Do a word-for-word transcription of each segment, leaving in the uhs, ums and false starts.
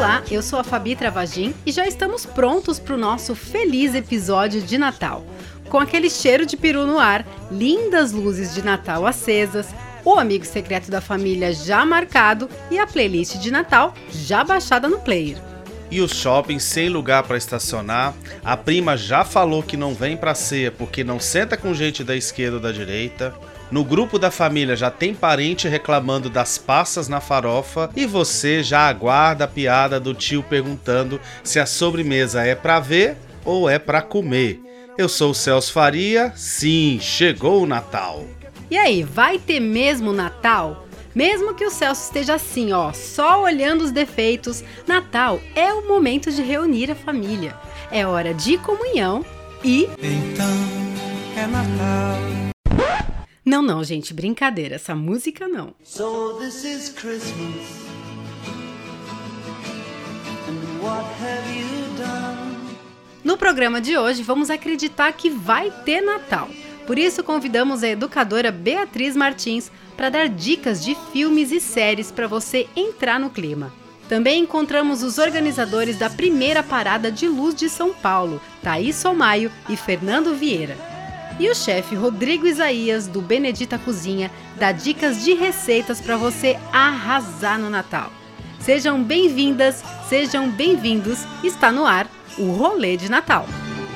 Olá, eu sou a Fabi Travagin e já estamos prontos para o nosso feliz episódio de Natal. Com aquele cheiro de peru no ar, lindas luzes de Natal acesas, o amigo secreto da família já marcado e a playlist de Natal já baixada no player. E o shopping sem lugar para estacionar, a prima já falou que não vem pra ceia porque não senta com gente da esquerda ou da direita. No grupo da família já tem parente reclamando das passas na farofa e você já aguarda a piada do tio perguntando se a sobremesa é pra ver ou é pra comer. Eu sou o Celso Faria, sim, chegou o Natal. E aí, vai ter mesmo Natal? Mesmo que o Celso esteja assim, ó, só olhando os defeitos, Natal é o momento de reunir a família. É hora de comunhão e... Então é Natal. Não, não, gente, brincadeira, essa música não. So this is Christmas. And what have you done? No programa de hoje, vamos acreditar que vai ter Natal. Por isso, convidamos a educadora Beatriz Martins para dar dicas de filmes e séries para você entrar no clima. Também encontramos os organizadores da primeira Parada de Luz de São Paulo, Thaís Somaio e Fernando Vieira. E o chefe Rodrigo Isaías, do Benedita Cozinha, dá dicas de receitas para você arrasar no Natal. Sejam bem-vindas, sejam bem-vindos, está no ar o Rolê de Natal.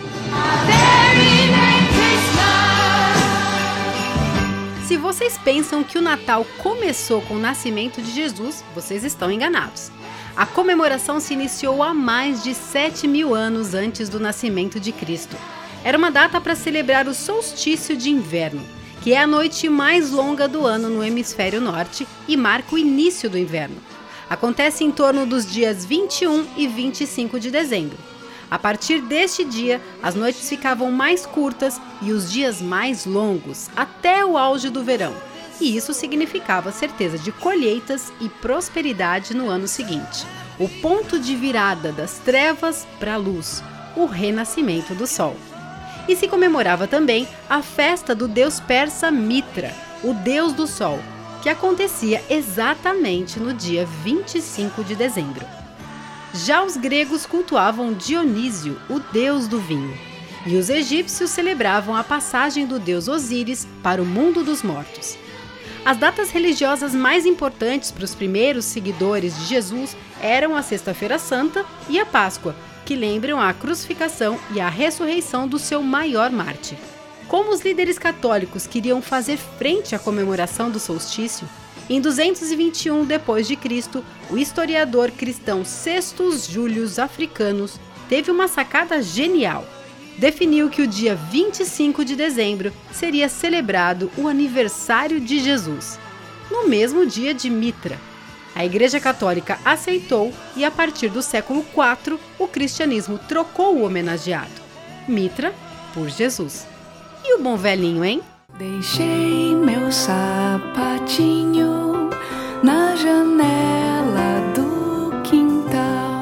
Se vocês pensam que o Natal começou com o nascimento de Jesus, vocês estão enganados. A comemoração se iniciou há mais de sete mil anos antes do nascimento de Cristo. Era uma data para celebrar o solstício de inverno, que é a noite mais longa do ano no hemisfério norte e marca o início do inverno. Acontece em torno dos dias vinte e um e vinte e cinco de dezembro. A partir deste dia, as noites ficavam mais curtas e os dias mais longos, até o auge do verão. E isso significava certeza de colheitas e prosperidade no ano seguinte. O ponto de virada das trevas para a luz, o renascimento do sol. E se comemorava também a festa do deus persa Mitra, o deus do sol, que acontecia exatamente no dia vinte e cinco de dezembro. Já os gregos cultuavam Dionísio, o deus do vinho, e os egípcios celebravam a passagem do deus Osíris para o mundo dos mortos. As datas religiosas mais importantes para os primeiros seguidores de Jesus eram a Sexta-feira Santa e a Páscoa, que lembram a crucificação e a ressurreição do seu maior mártir. Como os líderes católicos queriam fazer frente à comemoração do solstício, em duzentos e vinte e um depois de Cristo, o historiador cristão Sextus Július Africanus teve uma sacada genial. Definiu que o dia vinte e cinco de dezembro seria celebrado o aniversário de Jesus, no mesmo dia de Mitra. A Igreja Católica aceitou e, a partir do século quatro, o cristianismo trocou o homenageado, Mitra, por Jesus. E o bom velhinho, hein? Deixei meu sapatinho na janela do quintal.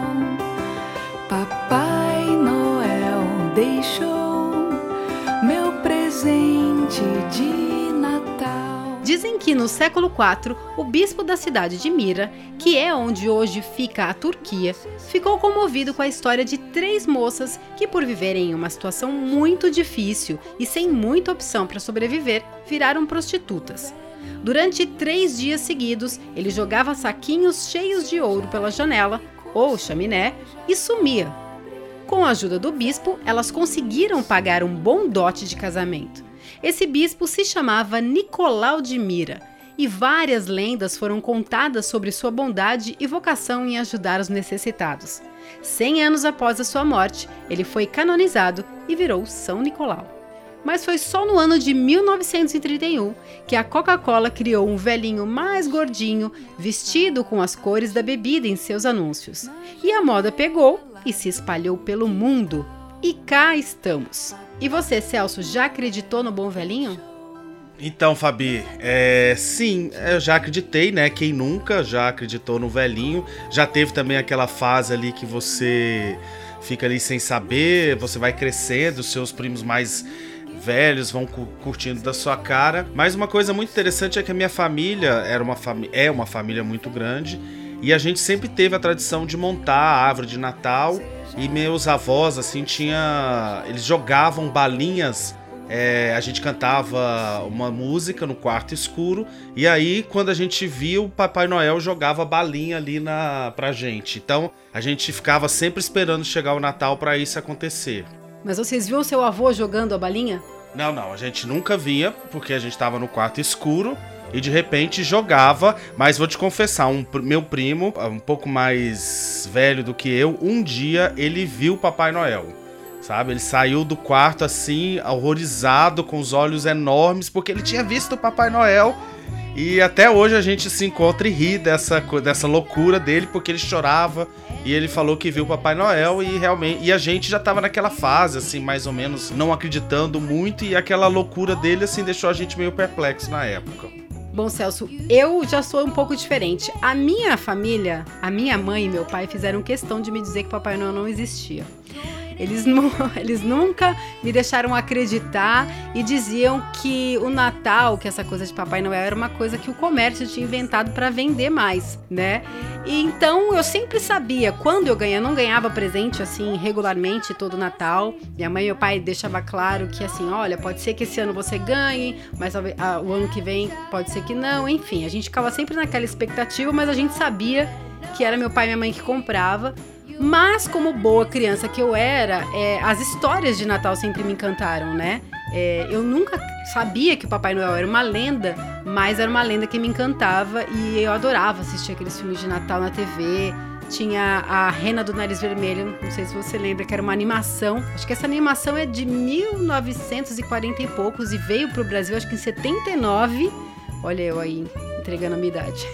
Papai Noel deixou meu presente de Natal. Dizem que no século quatro, o bispo da cidade de Mira, que é onde hoje fica a Turquia, ficou comovido com a história de três moças que, por viverem em uma situação muito difícil e sem muita opção para sobreviver, viraram prostitutas. Durante três dias seguidos, ele jogava saquinhos cheios de ouro pela janela, ou chaminé, e sumia. Com a ajuda do bispo, elas conseguiram pagar um bom dote de casamento. Esse bispo se chamava Nicolau de Mira, e várias lendas foram contadas sobre sua bondade e vocação em ajudar os necessitados. Cem anos após a sua morte, ele foi canonizado e virou São Nicolau. Mas foi só no ano de mil novecentos e trinta e um que a Coca-Cola criou um velhinho mais gordinho, vestido com as cores da bebida em seus anúncios. E a moda pegou e se espalhou pelo mundo. E cá estamos. E você, Celso, já acreditou no bom velhinho? Então, Fabi, é, sim, eu já acreditei, né? Quem nunca já acreditou no velhinho? Já teve também aquela fase ali que você fica ali sem saber, você vai crescendo, os seus primos mais velhos vão cu- curtindo da sua cara. Mas uma coisa muito interessante é que a minha família era uma fami- é uma família muito grande E a gente sempre teve a tradição de montar a árvore de Natal. E meus avós, assim, tinha... eles jogavam balinhas. É, a gente cantava uma música no quarto escuro. E aí, quando a gente viu, o Papai Noel jogava balinha ali na, pra gente. Então, a gente ficava sempre esperando chegar o Natal pra isso acontecer. Mas vocês viam seu avô jogando a balinha? Não, não, a gente nunca via, porque a gente tava no quarto escuro e de repente jogava. Mas vou te confessar, um, meu primo, um pouco mais velho do que eu, um dia ele viu o Papai Noel. Sabe, ele saiu do quarto assim, horrorizado, com os olhos enormes, porque ele tinha visto o Papai Noel. E até hoje a gente se encontra e ri dessa, dessa loucura dele, porque ele chorava e ele falou que viu o Papai Noel e realmente... E a gente já tava naquela fase, assim, mais ou menos, não acreditando muito, e aquela loucura dele, assim, deixou a gente meio perplexo na época. Bom, Celso, eu já sou um pouco diferente. A minha família, a minha mãe e meu pai fizeram questão de me dizer que Papai Noel não existia. Eles, não, eles nunca me deixaram acreditar e diziam que o Natal, que essa coisa de Papai Noel era uma coisa que o comércio tinha inventado para vender mais, né? E então eu sempre sabia, quando eu ganhava, eu não ganhava presente assim regularmente todo Natal. Minha mãe e meu pai deixavam claro que assim, olha, pode ser que esse ano você ganhe, mas a, a, o ano que vem pode ser que não. Enfim, a gente ficava sempre naquela expectativa, mas a gente sabia que era meu pai e minha mãe que comprava. Mas, como boa criança que eu era, é, as histórias de Natal sempre me encantaram, né? É, eu nunca sabia que o Papai Noel era uma lenda, mas era uma lenda que me encantava e eu adorava assistir aqueles filmes de Natal na T V. Tinha a Rena do Nariz Vermelho, não sei se você lembra, que era uma animação. Acho que essa animação é de mil novecentos e quarenta e poucos e veio pro Brasil, acho que em setenta e nove. Olha eu aí, entregando a minha idade.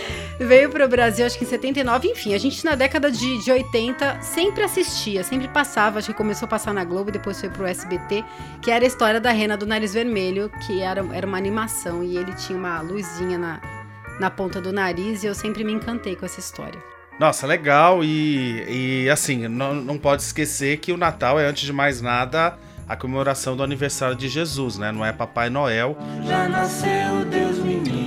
Veio pro Brasil, acho que em setenta e nove, enfim, a gente na década de, de oitenta sempre assistia, sempre passava, acho que começou a passar na Globo, depois foi pro S B T, que era a história da Rena do Nariz Vermelho, que era, era uma animação, e ele tinha uma luzinha na, na ponta do nariz, e eu sempre me encantei com essa história. Nossa, legal, e, e assim, não, não pode esquecer que o Natal é, antes de mais nada, a comemoração do aniversário de Jesus, né? Não é Papai Noel. Já nasceu Deus menino.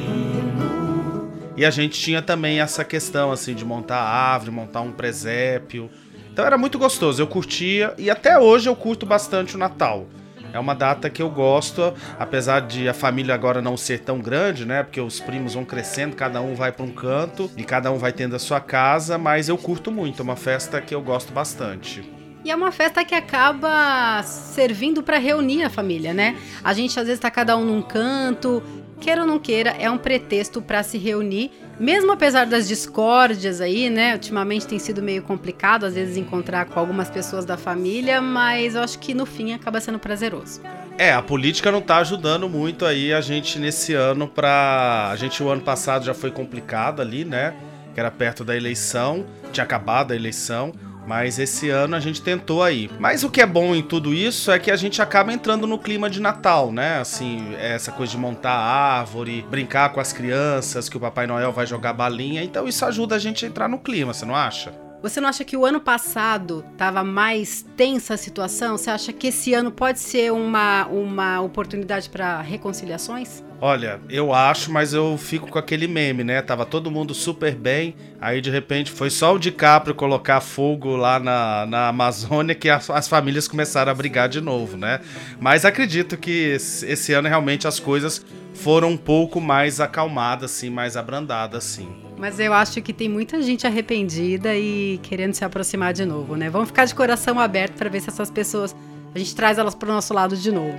E a gente tinha também essa questão, assim, de montar a árvore, montar um presépio. Então era muito gostoso, eu curtia, e até hoje eu curto bastante o Natal. É uma data que eu gosto, apesar de a família agora não ser tão grande, né? Porque os primos vão crescendo, cada um vai para um canto, e cada um vai tendo a sua casa, mas eu curto muito, é uma festa que eu gosto bastante. E é uma festa que acaba servindo para reunir a família, né? A gente às vezes tá cada um num canto, queira ou não queira, é um pretexto para se reunir, mesmo apesar das discórdias aí, né? Ultimamente tem sido meio complicado, às vezes, encontrar com algumas pessoas da família, mas eu acho que no fim acaba sendo prazeroso. É, a política não tá ajudando muito aí a gente nesse ano pra... A gente, o ano passado já foi complicado ali, né? Que era perto da eleição, tinha acabado a eleição. Mas esse ano a gente tentou aí. Mas o que é bom em tudo isso é que a gente acaba entrando no clima de Natal, né? Assim, essa coisa de montar a árvore, brincar com as crianças, que o Papai Noel vai jogar balinha. Então isso ajuda a gente a entrar no clima, você não acha? Você não acha que o ano passado estava mais tensa a situação? Você acha que esse ano pode ser uma, uma oportunidade para reconciliações? Olha, eu acho, mas eu fico com aquele meme, né? Tava todo mundo super bem, aí de repente foi só o DiCaprio colocar fogo lá na, na Amazônia que as, as famílias começaram a brigar de novo, né? Mas acredito que esse, esse ano realmente as coisas foram um pouco mais acalmadas, assim, mais abrandadas, assim. Mas eu acho que tem muita gente arrependida e querendo se aproximar de novo, né? Vamos ficar de coração aberto para ver se essas pessoas, a gente traz elas pro nosso lado de novo.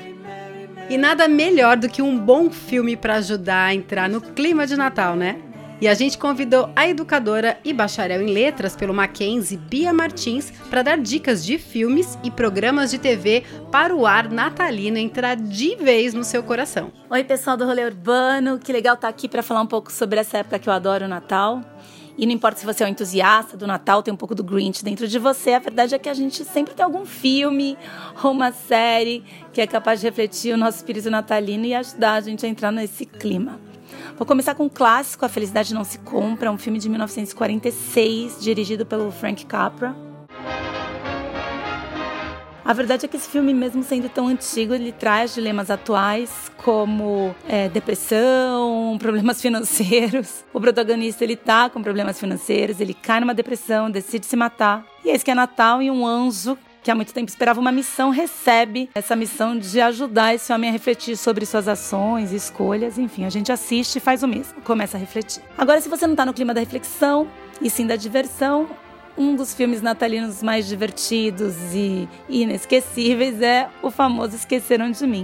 E nada melhor do que um bom filme para ajudar a entrar no clima de Natal, né? E a gente convidou a educadora e bacharel em letras pelo Mackenzie, Bia Martins, para dar dicas de filmes e programas de T V para o ar natalino entrar de vez no seu coração. Oi, pessoal do Rolê Urbano, que legal estar aqui para falar um pouco sobre essa época que eu adoro, o Natal. E não importa se você é um entusiasta do Natal, tem um pouco do Grinch dentro de você, a verdade é que a gente sempre tem algum filme ou uma série que é capaz de refletir o nosso espírito natalino e ajudar a gente a entrar nesse clima. Vou começar com um clássico, A Felicidade Não Se Compra, um filme de mil novecentos e quarenta e seis, dirigido pelo Frank Capra. A verdade é que esse filme, mesmo sendo tão antigo, ele traz dilemas atuais como é, depressão, problemas financeiros. O protagonista, ele tá com problemas financeiros, ele cai numa depressão, decide se matar. E eis que é Natal e um anjo, que há muito tempo esperava uma missão, recebe essa missão de ajudar esse homem a refletir sobre suas ações, escolhas, enfim, a gente assiste e faz o mesmo, começa a refletir. Agora, se você não tá no clima da reflexão, e sim da diversão, um dos filmes natalinos mais divertidos e inesquecíveis é o famoso Esqueceram de Mim.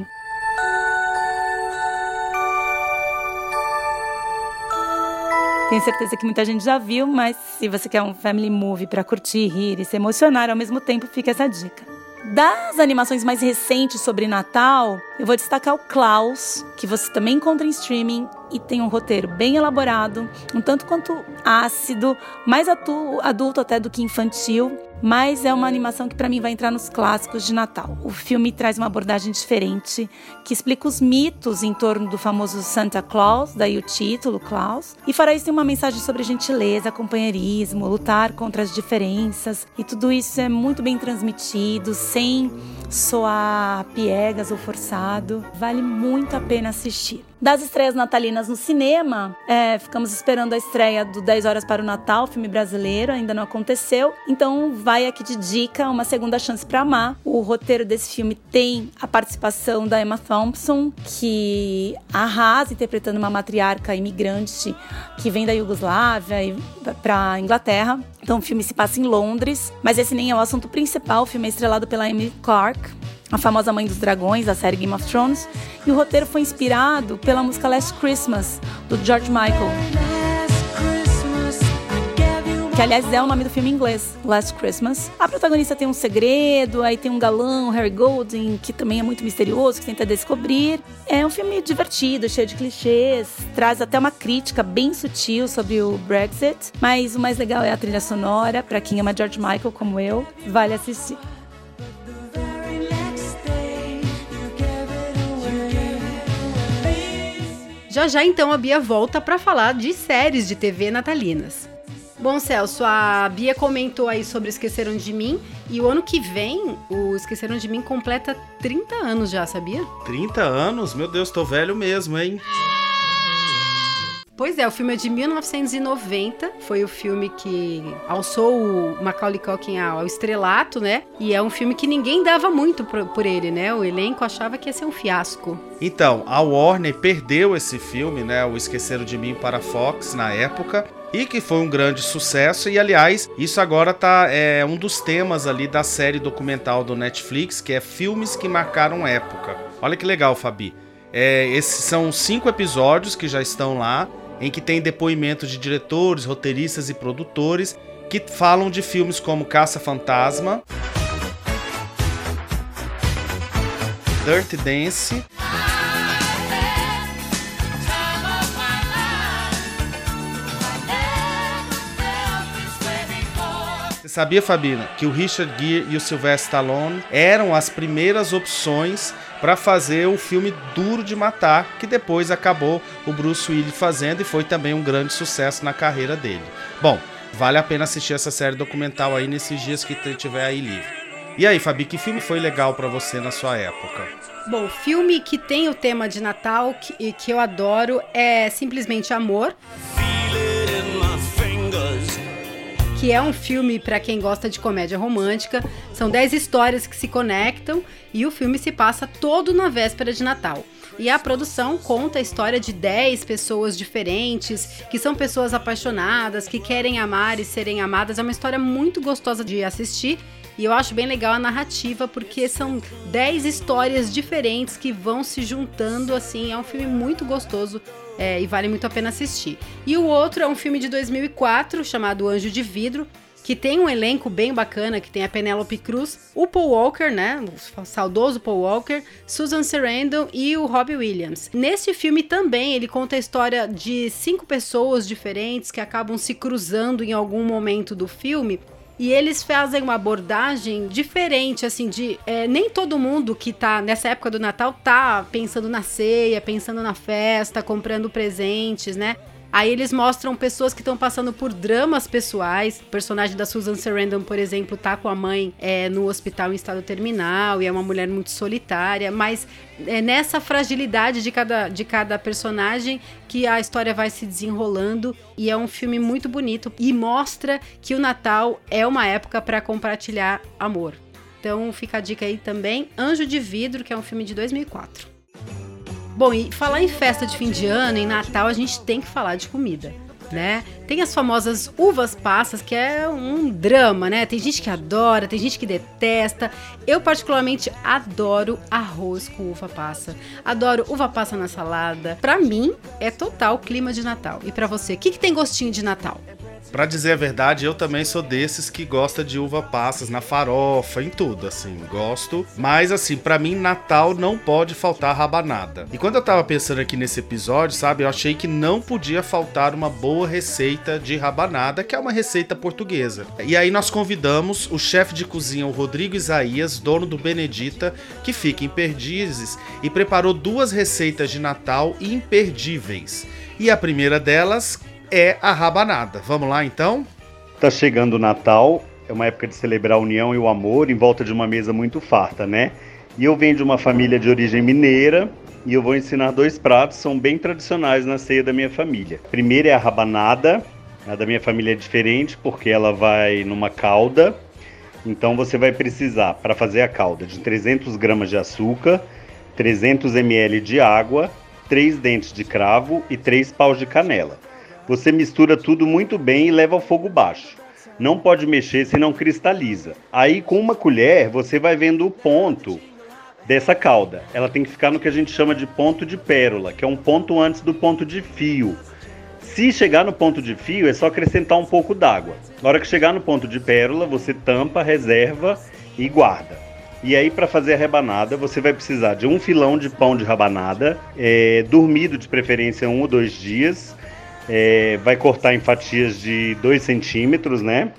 Tenho certeza que muita gente já viu, mas se você quer um family movie para curtir, rir e se emocionar ao mesmo tempo, fica essa dica. Das animações mais recentes sobre Natal, eu vou destacar o Klaus, que você também encontra em streaming e tem um roteiro bem elaborado, um tanto quanto ácido, mais atu- adulto até do que infantil, mas é uma animação que para mim vai entrar nos clássicos de Natal. O filme traz uma abordagem diferente, que explica os mitos em torno do famoso Santa Claus, daí o título, Klaus, e fora isso tem uma mensagem sobre gentileza, companheirismo, lutar contra as diferenças, e tudo isso é muito bem transmitido, sem soar piegas ou forçado. Vale muito a pena assistir. Das estreias natalinas no cinema, é, ficamos esperando a estreia do dez horas para o Natal, filme brasileiro, ainda não aconteceu. Então vai aqui de dica Uma Segunda Chance para Amar. O roteiro desse filme tem a participação da Emma Thompson, que arrasa interpretando uma matriarca imigrante que vem da Iugoslávia e para a Inglaterra. Então o filme se passa em Londres, mas esse nem é o assunto principal. O filme é estrelado pela Emilia Clarke, a famosa mãe dos dragões da série Game of Thrones, e o roteiro foi inspirado pela música Last Christmas, do George Michael, que aliás é o nome do filme em inglês, Last Christmas. A protagonista tem um segredo, aí tem um galão, Harry Golding, que também é muito misterioso, que tenta descobrir. É um filme divertido, cheio de clichês, traz até uma crítica bem sutil sobre o Brexit, mas o mais legal é a trilha sonora. Pra quem ama George Michael como eu, vale assistir. Já já então a Bia volta para falar de séries de T V natalinas. Bom, Celso, a Bia comentou aí sobre Esqueceram de Mim, e o ano que vem o Esqueceram de Mim completa trinta anos já, sabia? trinta anos? Meu Deus, tô velho mesmo, hein? Pois é, o filme é de mil novecentos e noventa, foi o filme que alçou o Macaulay Culkin ao estrelato, né? E é um filme que ninguém dava muito por, por ele, né? O elenco achava que ia ser um fiasco. Então, a Warner perdeu esse filme, né? O Esqueceram de Mim para a Fox na época, e que foi um grande sucesso. E aliás, isso agora tá é um dos temas ali da série documental do Netflix, que é Filmes que Marcaram Época. Olha que legal, Fabi. É, esses são cinco episódios que já estão lá, em que tem depoimentos de diretores, roteiristas e produtores que falam de filmes como Caça-Fantasma, Dirty Dance, Você sabia, Fabina, que o Richard Gere e o Sylvester Stallone eram as primeiras opções para fazer o filme Duro de Matar, que depois acabou o Bruce Willis fazendo e foi também um grande sucesso na carreira dele. Bom, vale a pena assistir essa série documental aí nesses dias que tiver aí livre. E aí, Fabi, que filme foi legal para você na sua época? Bom, filme que tem o tema de Natal e que, que eu adoro é Simplesmente Amor, que é um filme para quem gosta de comédia romântica. São dez histórias que se conectam e o filme se passa todo na véspera de Natal. E a produção conta a história de dez pessoas diferentes, que são pessoas apaixonadas, que querem amar e serem amadas. É uma história muito gostosa de assistir e eu acho bem legal a narrativa, porque são dez histórias diferentes que vão se juntando, assim. É um filme muito gostoso. É, e vale muito a pena assistir. E o outro é um filme de dois mil e quatro, chamado Anjo de Vidro, que tem um elenco bem bacana, que tem a Penélope Cruz, o Paul Walker, né, o saudoso Paul Walker, Susan Sarandon e o Robbie Williams. Nesse filme também ele conta a história de cinco pessoas diferentes que acabam se cruzando em algum momento do filme. E eles fazem uma abordagem diferente, assim, de... É, nem todo mundo que tá nessa época do Natal tá pensando na ceia, pensando na festa, comprando presentes, né? Aí eles mostram pessoas que estão passando por dramas pessoais. O personagem da Susan Sarandon, por exemplo, tá com a mãe é, no hospital em estado terminal e é uma mulher muito solitária, mas é nessa fragilidade de cada, de cada personagem que a história vai se desenrolando, e é um filme muito bonito e mostra que o Natal é uma época para compartilhar amor. Então fica a dica aí também, Anjo de Vidro, que é um filme de dois mil e quatro. Bom, e falar em festa de fim de ano, em Natal, a gente tem que falar de comida, né? Tem as famosas uvas passas, que é um drama, né? Tem gente que adora, tem gente que detesta. Eu, particularmente, adoro arroz com uva passa. Adoro uva passa na salada. Pra mim, é total clima de Natal. E pra você, o que, que tem gostinho de Natal? Pra dizer a verdade, eu também sou desses que gosta de uva passas na farofa, em tudo, assim, gosto. Mas, assim, pra mim, Natal não pode faltar rabanada. E quando eu tava pensando aqui nesse episódio, sabe, eu achei que não podia faltar uma boa receita de rabanada, que é uma receita portuguesa. E aí nós convidamos o chefe de cozinha, o Rodrigo Isaías, dono do Benedita, que fica em Perdizes, e preparou duas receitas de Natal imperdíveis. E a primeira delas é a rabanada. Vamos lá, então? Tá chegando o Natal, é uma época de celebrar a união e o amor em volta de uma mesa muito farta, né? E eu venho de uma família de origem mineira e eu vou ensinar dois pratos, são bem tradicionais na ceia da minha família. Primeiro é a rabanada, a da minha família é diferente porque ela vai numa calda. Então você vai precisar, para fazer a calda, de trezentas gramas de açúcar, trezentos mililitros de água, três dentes de cravo e três paus de canela. Você mistura tudo muito bem e leva ao fogo baixo. Não pode mexer senão cristaliza. Aí com uma colher você vai vendo o ponto dessa calda. Ela tem que ficar no que a gente chama de ponto de pérola, que é um ponto antes do ponto de fio. Se chegar no ponto de fio é só acrescentar um pouco d'água. Na hora que chegar no ponto de pérola você tampa, reserva e guarda. E aí para fazer a rabanada você vai precisar de um filão de pão de rabanada, é, dormido de preferência um ou dois dias. É, vai cortar em fatias de dois centímetros, né?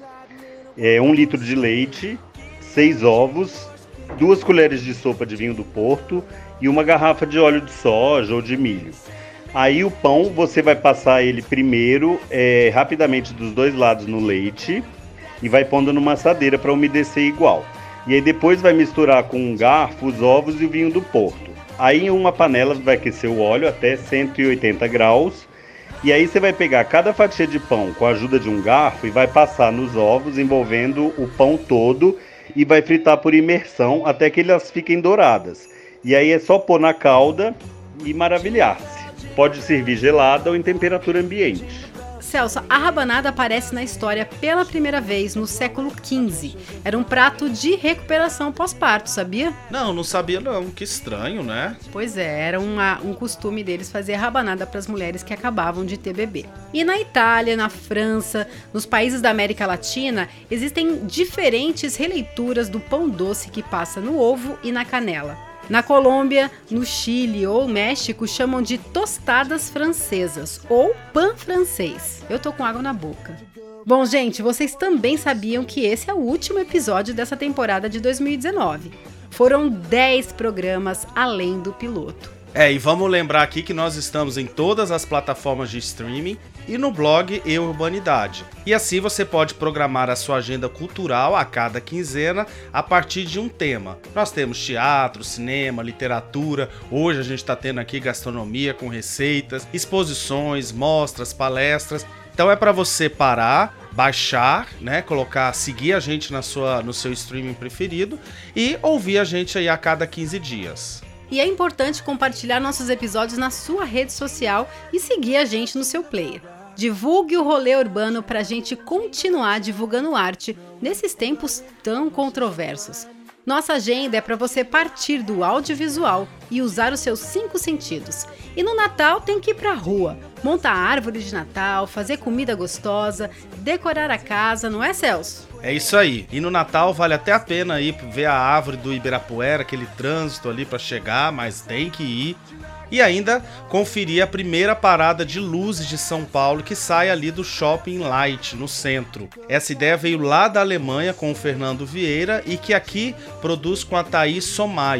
É, um litro de leite, seis ovos, duas colheres de sopa de vinho do Porto e uma garrafa de óleo de soja ou de milho. Aí o pão você vai passar ele primeiro é, rapidamente dos dois lados no leite e vai pondo numa assadeira para umedecer igual. E aí depois vai misturar com um garfo os ovos e o vinho do Porto. Aí em uma panela vai aquecer o óleo até cento e oitenta graus. E aí você vai pegar cada fatia de pão com a ajuda de um garfo e vai passar nos ovos, envolvendo o pão todo, e vai fritar por imersão até que elas fiquem douradas. E aí é só pôr na calda e maravilhar-se. Pode servir gelada ou em temperatura ambiente. Celso, a rabanada aparece na história pela primeira vez no século quinze. Era um prato de recuperação pós-parto, sabia? Não, não sabia não. Que estranho, né? Pois é, era uma, um costume deles fazer rabanada para as mulheres que acabavam de ter bebê. E na Itália, na França, nos países da América Latina, existem diferentes releituras do pão doce que passa no ovo e na canela. Na Colômbia, no Chile ou México chamam de tostadas francesas ou pão francês. Eu tô com água na boca. Bom, gente, vocês também sabiam que esse é o último episódio dessa temporada de dois mil e dezenove. Foram dez programas além do piloto. É, e vamos lembrar aqui que nós estamos em todas as plataformas de streaming e no blog Eu Urbanidade. E assim você pode programar a sua agenda cultural a cada quinzena a partir de um tema. Nós temos teatro, cinema, literatura, hoje a gente está tendo aqui gastronomia com receitas, exposições, mostras, palestras. Então é para você parar, baixar, né, colocar, seguir a gente na sua, no seu streaming preferido e ouvir a gente aí a cada quinze dias. E é importante compartilhar nossos episódios na sua rede social e seguir a gente no seu player. Divulgue o Rolê Urbano para a gente continuar divulgando arte nesses tempos tão controversos. Nossa agenda é para você partir do audiovisual e usar os seus cinco sentidos. E no Natal tem que ir para a rua, montar árvore de Natal, fazer comida gostosa, decorar a casa, não é, Celso? É isso aí. E no Natal vale até a pena ir ver a árvore do Ibirapuera, aquele trânsito ali para chegar, mas tem que ir. E ainda conferir a primeira parada de luzes de São Paulo que sai ali do Shopping Light, no centro. Essa ideia veio lá da Alemanha com o Fernando Vieira e que aqui produz com a Thaís Somaio.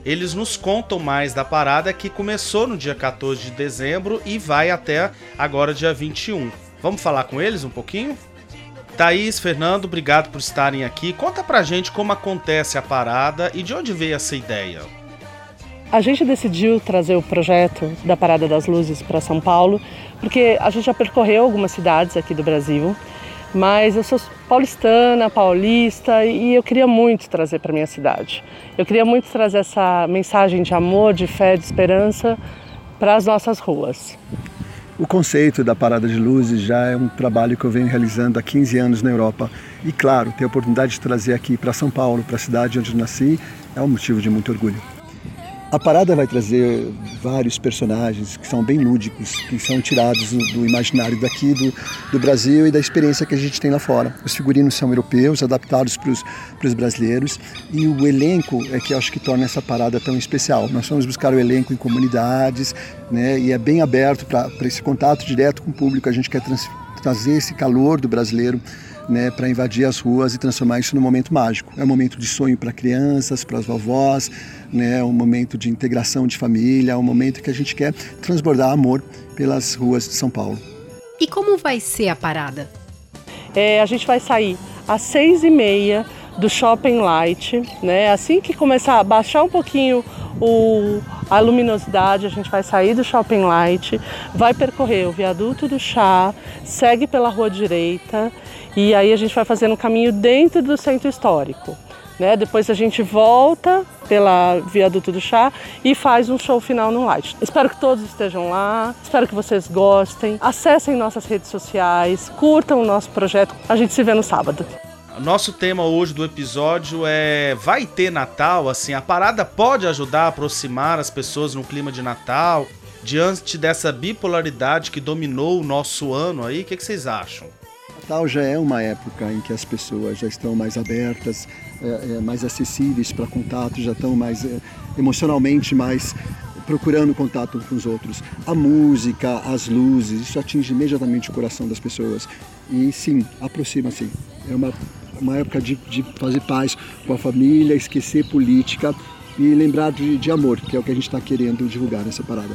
eles nos contam mais da parada que começou no dia quatorze de dezembro e vai até agora dia vinte e um. Vamos falar com eles um pouquinho? Thaís, Fernando, obrigado por estarem aqui. Conta pra gente como acontece a parada e de onde veio essa ideia. A gente decidiu trazer o projeto da Parada das Luzes para São Paulo, porque a gente já percorreu algumas cidades aqui do Brasil, mas eu sou paulistana, paulista, e eu queria muito trazer para minha cidade. Eu queria muito trazer essa mensagem de amor, de fé, de esperança para as nossas ruas. O conceito da Parada de Luzes já é um trabalho que eu venho realizando há quinze anos na Europa. E claro, ter a oportunidade de trazer aqui para São Paulo, para a cidade onde eu nasci, é um motivo de muito orgulho. A parada vai trazer vários personagens que são bem lúdicos, que são tirados do imaginário daqui do, do Brasil e da experiência que a gente tem lá fora. Os figurinos são europeus, adaptados para os brasileiros, e o elenco é que eu acho que torna essa parada tão especial. Nós vamos buscar o elenco em comunidades, né, e é bem aberto para esse contato direto com o público. A gente quer trans, trazer esse calor do brasileiro, né, para invadir as ruas e transformar isso num momento mágico. É um momento de sonho para crianças, para as vovós, né, um momento de integração de família, é um momento que a gente quer transbordar amor pelas ruas de São Paulo. E como vai ser a parada? É, a gente vai sair às seis e meia do Shopping Light, né? Assim que começar a baixar um pouquinho o, a luminosidade, a gente vai sair do Shopping Light, vai percorrer o Viaduto do Chá, segue pela Rua Direita, e aí a gente vai fazendo um caminho dentro do Centro Histórico, né? Depois a gente volta pela Viaduto do Chá e faz um show final no Light. Espero que todos estejam lá, espero que vocês gostem. Acessem nossas redes sociais, curtam o nosso projeto. A gente se vê no sábado. Nosso tema hoje do episódio é: vai ter Natal? Assim, a parada pode ajudar a aproximar as pessoas no clima de Natal, diante dessa bipolaridade que dominou o nosso ano aí? O que, que vocês acham? Natal já é uma época em que as pessoas já estão mais abertas, é, é, mais acessíveis para contato, já estão mais é, emocionalmente mais procurando contato com os outros. A música, as luzes, isso atinge imediatamente o coração das pessoas. E sim, aproxima sim. É uma, uma época de, de fazer paz com a família, esquecer política e lembrar de, de amor, que é o que a gente está querendo divulgar nessa parada.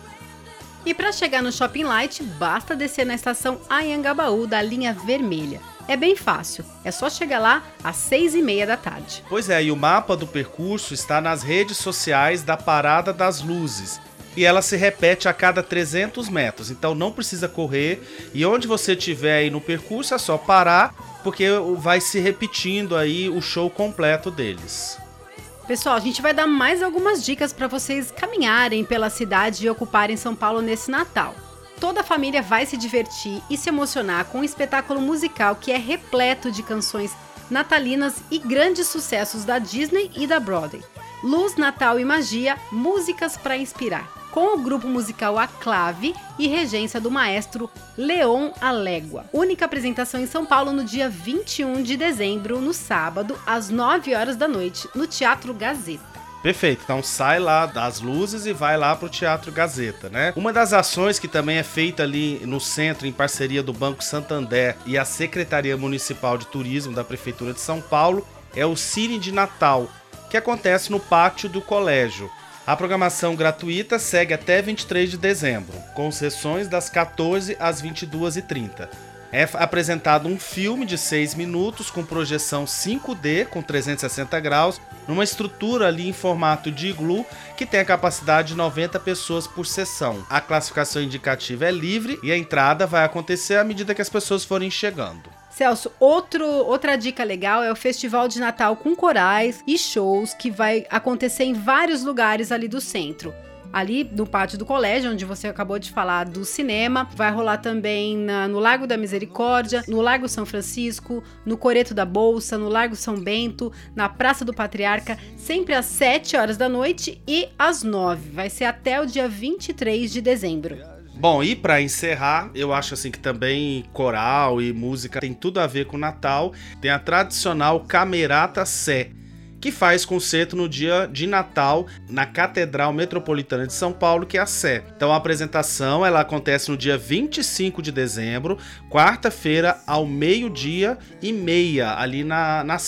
E para chegar no Shopping Light, basta descer na estação Anhangabaú da linha vermelha. É bem fácil, é só chegar lá às seis e meia da tarde. Pois é, e o mapa do percurso está nas redes sociais da Parada das Luzes. E ela se repete a cada trezentos metros, então não precisa correr. E onde você estiver aí no percurso é só parar, porque vai se repetindo aí o show completo deles. Pessoal, a gente vai dar mais algumas dicas para vocês caminharem pela cidade e ocuparem São Paulo nesse Natal. Toda a família vai se divertir e se emocionar com um espetáculo musical que é repleto de canções natalinas e grandes sucessos da Disney e da Broadway. Luz, Natal e Magia, músicas para inspirar. Com o grupo musical A Clave e regência do maestro Leon Alégua. Única apresentação em São Paulo no dia vinte e um de dezembro, no sábado, às nove horas da noite, no Teatro Gazeta. Perfeito, então sai lá das luzes e vai lá pro Teatro Gazeta, né? Uma das ações que também é feita ali no centro, em parceria do Banco Santander e a Secretaria Municipal de Turismo da Prefeitura de São Paulo, é o Cine de Natal, que acontece no pátio do colégio. A programação gratuita segue até vinte e três de dezembro, com sessões das quatorze às vinte e duas e trinta. É apresentado um filme de seis minutos com projeção cinco D com trezentos e sessenta graus, numa estrutura ali em formato de iglu que tem a capacidade de noventa pessoas por sessão. A classificação indicativa é livre e a entrada vai acontecer à medida que as pessoas forem chegando. Celso, outro, outra dica legal é o Festival de Natal com corais e shows que vai acontecer em vários lugares ali do centro. Ali no pátio do colégio, onde você acabou de falar do cinema, vai rolar também na, no Largo da Misericórdia, no Largo São Francisco, no Coreto da Bolsa, no Largo São Bento, na Praça do Patriarca, sempre às sete horas da noite e às nove. Vai ser até o dia vinte e três de dezembro. Bom, e para encerrar, eu acho assim que também coral e música tem tudo a ver com Natal. Tem a tradicional Camerata Sé, que faz concerto no dia de Natal na Catedral Metropolitana de São Paulo, que é a Sé. Então a apresentação ela acontece no dia vinte e cinco de dezembro, quarta-feira, ao meio-dia e meia, ali na, na Sé.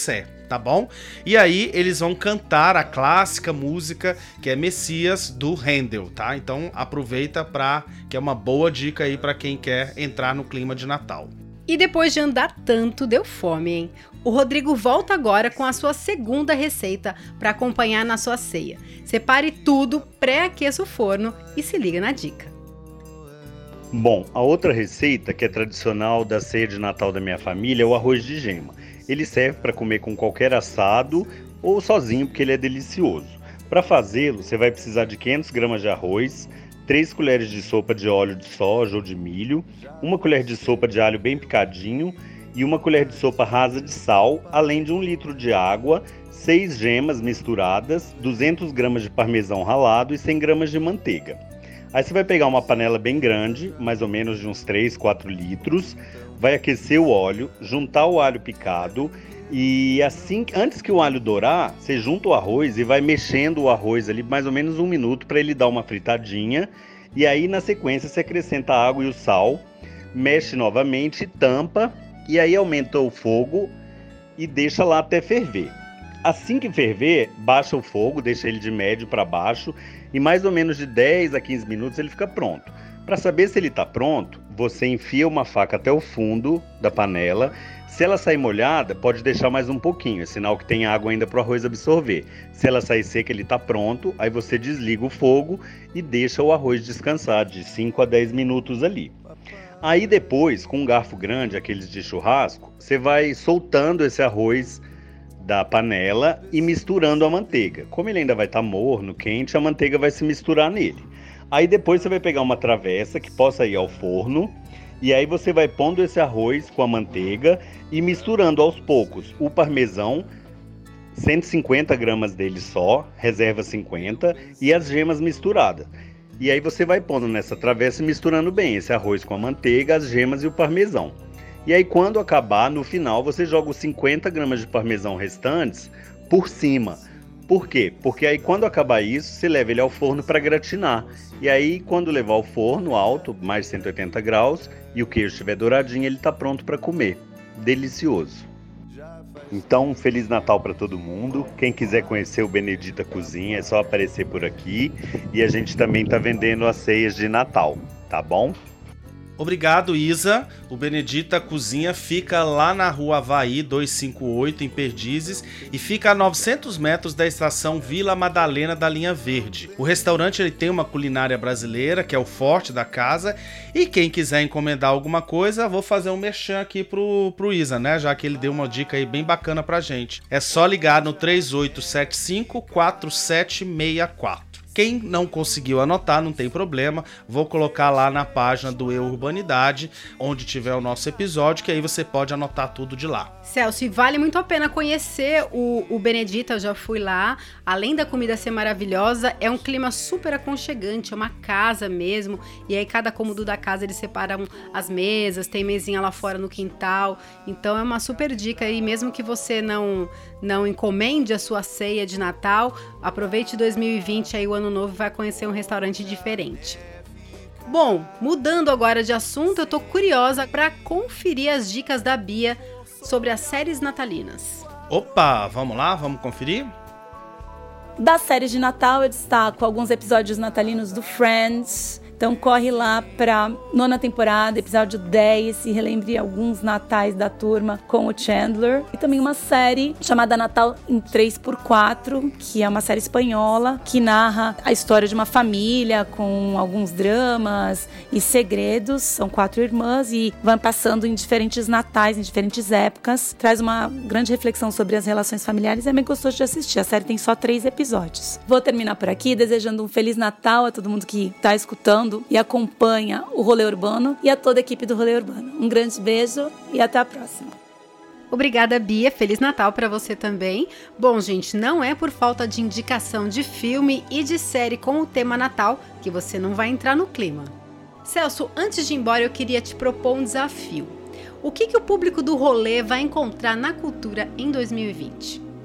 tá bom? E aí eles vão cantar a clássica música que é Messias do Handel, tá? Então aproveita pra, que é uma boa dica aí pra quem quer entrar no clima de Natal. E depois de andar tanto, deu fome, hein? O Rodrigo volta agora com a sua segunda receita para acompanhar na sua ceia. Separe tudo, pré-aqueça o forno e se liga na dica. Bom, a outra receita que é tradicional da ceia de Natal da minha família é o arroz de gema. Ele serve para comer com qualquer assado ou sozinho porque ele é delicioso. Para fazê-lo, você vai precisar de quinhentas gramas de arroz, três colheres de sopa de óleo de soja ou de milho, uma colher de sopa de alho bem picadinho e uma colher de sopa rasa de sal, além de um litro de água, seis gemas misturadas, duzentas gramas de parmesão ralado e cem gramas de manteiga. Aí você vai pegar uma panela bem grande, mais ou menos de uns três, quatro litros, vai aquecer o óleo, juntar o alho picado e assim, antes que o alho dourar, você junta o arroz e vai mexendo o arroz ali mais ou menos um minuto para ele dar uma fritadinha. E aí na sequência você acrescenta a água e o sal, mexe novamente, tampa e aí aumenta o fogo e deixa lá até ferver. Assim que ferver, baixa o fogo, deixa ele de médio para baixo e mais ou menos de dez a quinze minutos ele fica pronto. Para saber se ele está pronto, você enfia uma faca até o fundo da panela. Se ela sair molhada, pode deixar mais um pouquinho, é sinal que tem água ainda para o arroz absorver. Se ela sair seca, ele está pronto, aí você desliga o fogo e deixa o arroz descansar de cinco a dez minutos ali. Aí depois, com um garfo grande, aqueles de churrasco, você vai soltando esse arroz da panela e misturando a manteiga. Como ele ainda vai estar morno, quente, a manteiga vai se misturar nele. Aí depois você vai pegar uma travessa que possa ir ao forno e aí você vai pondo esse arroz com a manteiga e misturando aos poucos o parmesão, cento e cinquenta gramas dele só, reserva cinquenta, e as gemas misturadas. E aí você vai pondo nessa travessa e misturando bem esse arroz com a manteiga, as gemas e o parmesão. E aí quando acabar, no final, você joga os cinquenta gramas de parmesão restantes por cima. Por quê? Porque aí quando acabar isso, você leva ele ao forno para gratinar. E aí quando levar ao forno alto, mais cento e oitenta graus, e o queijo estiver douradinho, ele está pronto para comer. Delicioso. Então, um Feliz Natal para todo mundo. Quem quiser conhecer o Benedita Cozinha, é só aparecer por aqui. E a gente também está vendendo as ceias de Natal, tá bom? Obrigado, Isa. O Benedita Cozinha fica lá na Rua Havaí duzentos e cinquenta e oito, em Perdizes, e fica a novecentos metros da estação Vila Madalena da Linha Verde. O restaurante ele tem uma culinária brasileira, que é o forte da casa, e quem quiser encomendar alguma coisa, vou fazer um merchan aqui pro, pro Isa, né? Já que ele deu uma dica aí bem bacana pra gente. É só ligar no três oito sete cinco, quatro sete seis quatro. Quem não conseguiu anotar, não tem problema, vou colocar lá na página do Eu Urbanidade, onde tiver o nosso episódio, que aí você pode anotar tudo de lá. Celso, e vale muito a pena conhecer o, o Benedita, eu já fui lá, além da comida ser maravilhosa, é um clima super aconchegante, é uma casa mesmo, e aí cada cômodo da casa eles separam as mesas, tem mesinha lá fora no quintal, então é uma super dica aí, mesmo que você não, não encomende a sua ceia de Natal, aproveite dois mil e vinte aí o ano novo, vai conhecer um restaurante diferente. Bom, mudando agora de assunto, eu tô curiosa para conferir as dicas da Bia sobre as séries natalinas. Opa, vamos lá, vamos conferir? Das séries de Natal, eu destaco alguns episódios natalinos do Friends. Então corre lá pra nona temporada, episódio dez, e relembre alguns natais da turma com o Chandler. E também uma série chamada Natal em três por quatro, que é uma série espanhola, que narra a história de uma família com alguns dramas e segredos. São quatro irmãs e vão passando em diferentes natais, em diferentes épocas. Traz uma grande reflexão sobre as relações familiares e é bem gostoso de assistir. A série tem só três episódios. Vou terminar por aqui desejando um Feliz Natal a todo mundo que está escutando e acompanha o Rolê Urbano e a toda a equipe do Rolê Urbano. Um grande beijo e até a próxima. Obrigada, Bia. Feliz Natal para você também. Bom, gente, não é por falta de indicação de filme e de série com o tema Natal que você não vai entrar no clima. Celso, antes de ir embora, eu queria te propor um desafio. O que, que o público do Rolê vai encontrar na cultura em dois mil e vinte?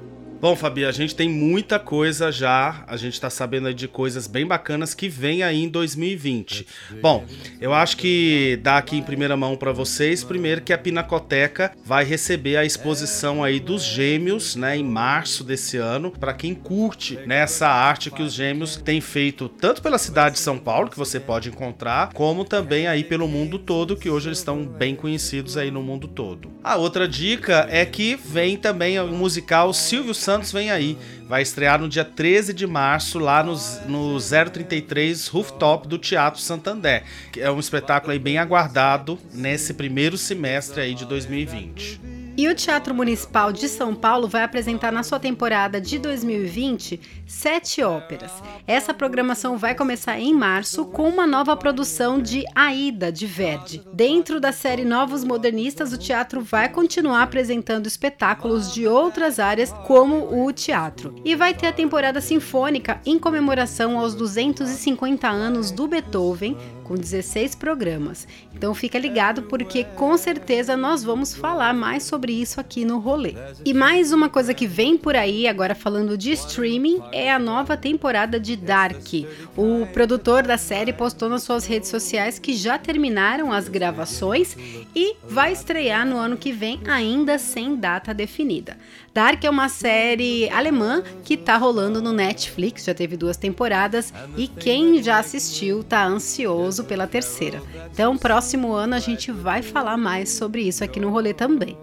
Bom, Fabi, a gente tem muita coisa já, a gente tá sabendo aí de coisas bem bacanas que vem aí em dois mil e vinte. Bom, eu acho que dá aqui em primeira mão para vocês, primeiro que a Pinacoteca vai receber a exposição aí dos Gêmeos, né, em março desse ano, para quem curte, né, essa arte que os Gêmeos têm feito tanto pela cidade de São Paulo, que você pode encontrar, como também aí pelo mundo todo, que hoje eles estão bem conhecidos aí no mundo todo. A outra dica é que vem também o musical Silvio Santos Vem Aí, vai estrear no dia treze de março lá no, no zero trinta e três Rooftop do Teatro Santander, que é um espetáculo aí bem aguardado nesse primeiro semestre aí de dois mil e vinte. E o Teatro Municipal de São Paulo vai apresentar na sua temporada de dois mil e vinte sete óperas. Essa programação vai começar em março com uma nova produção de Aida, de Verdi. Dentro da série Novos Modernistas, o teatro vai continuar apresentando espetáculos de outras áreas, como o teatro. E vai ter a temporada sinfônica em comemoração aos duzentos e cinquenta anos do Beethoven, com dezesseis programas. Então fica ligado, porque com certeza nós vamos falar mais sobre isso aqui no Rolê. E mais uma coisa que vem por aí, agora falando de streaming, é a nova temporada de Dark. O produtor da série postou nas suas redes sociais que já terminaram as gravações e vai estrear no ano que vem, ainda sem data definida. Dark é uma série alemã que tá rolando no Netflix, já teve duas temporadas, e quem já assistiu tá ansioso pela terceira. Então, próximo ano a gente vai falar mais sobre isso aqui no Rolê também.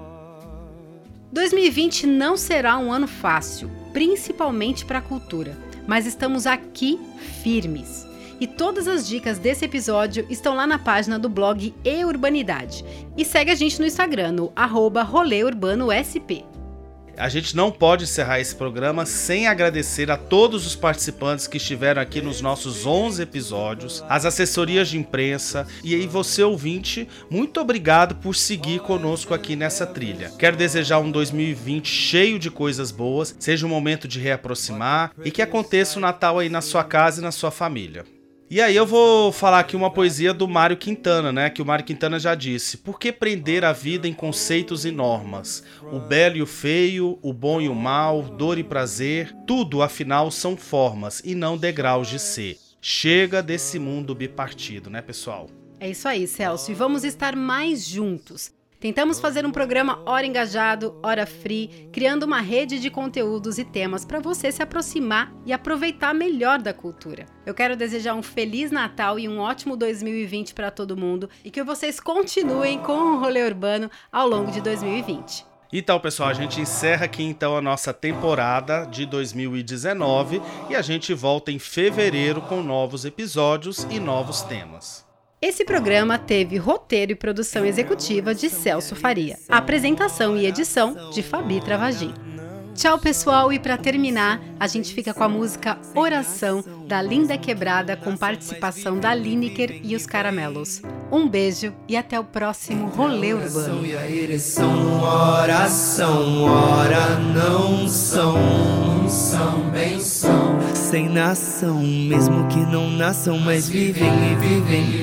dois mil e vinte não será um ano fácil, principalmente para a cultura, mas estamos aqui firmes. E todas as dicas desse episódio estão lá na página do blog E Urbanidade. E segue a gente no Instagram, no arroba Rolê Urbano S P. A gente não pode encerrar esse programa sem agradecer a todos os participantes que estiveram aqui nos nossos onze episódios, as assessorias de imprensa e aí você, ouvinte, muito obrigado por seguir conosco aqui nessa trilha. Quero desejar um dois mil e vinte cheio de coisas boas, seja um momento de reaproximar e que aconteça o Natal aí na sua casa e na sua família. E aí eu vou falar aqui uma poesia do Mário Quintana, né? Que o Mário Quintana já disse: por que prender a vida em conceitos e normas? O belo e o feio, o bom e o mal, dor e prazer, tudo afinal são formas e não degraus de ser. Chega desse mundo bipartido, né, pessoal? É isso aí, Celso, e vamos estar mais juntos. Tentamos fazer um programa hora engajado, hora free, criando uma rede de conteúdos e temas para você se aproximar e aproveitar melhor da cultura. Eu quero desejar um Feliz Natal e um ótimo dois mil e vinte para todo mundo e que vocês continuem com o Rolê Urbano ao longo de dois mil e vinte. Então, pessoal, a gente encerra aqui então a nossa temporada de dois mil e dezenove e a gente volta em fevereiro com novos episódios e novos temas. Esse programa teve roteiro e produção executiva de Celso Faria, apresentação e edição de Fabi Travagin. Tchau, pessoal, e para terminar, a gente fica com a música Oração, da Linda Quebrada, com participação da Lineker e os Caramelos. Um beijo e até o próximo Rolê Urbano. E a ereção, oração, ora não são, são bem são. Sem nação, mesmo que não nasçam, mas vivem e vivem e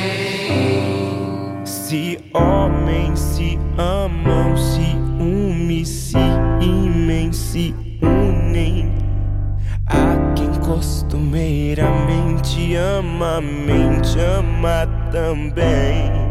vivem. Se homens se amam, se unem, se imem, se unem. Há quem costumeiramente ama, mente ama também.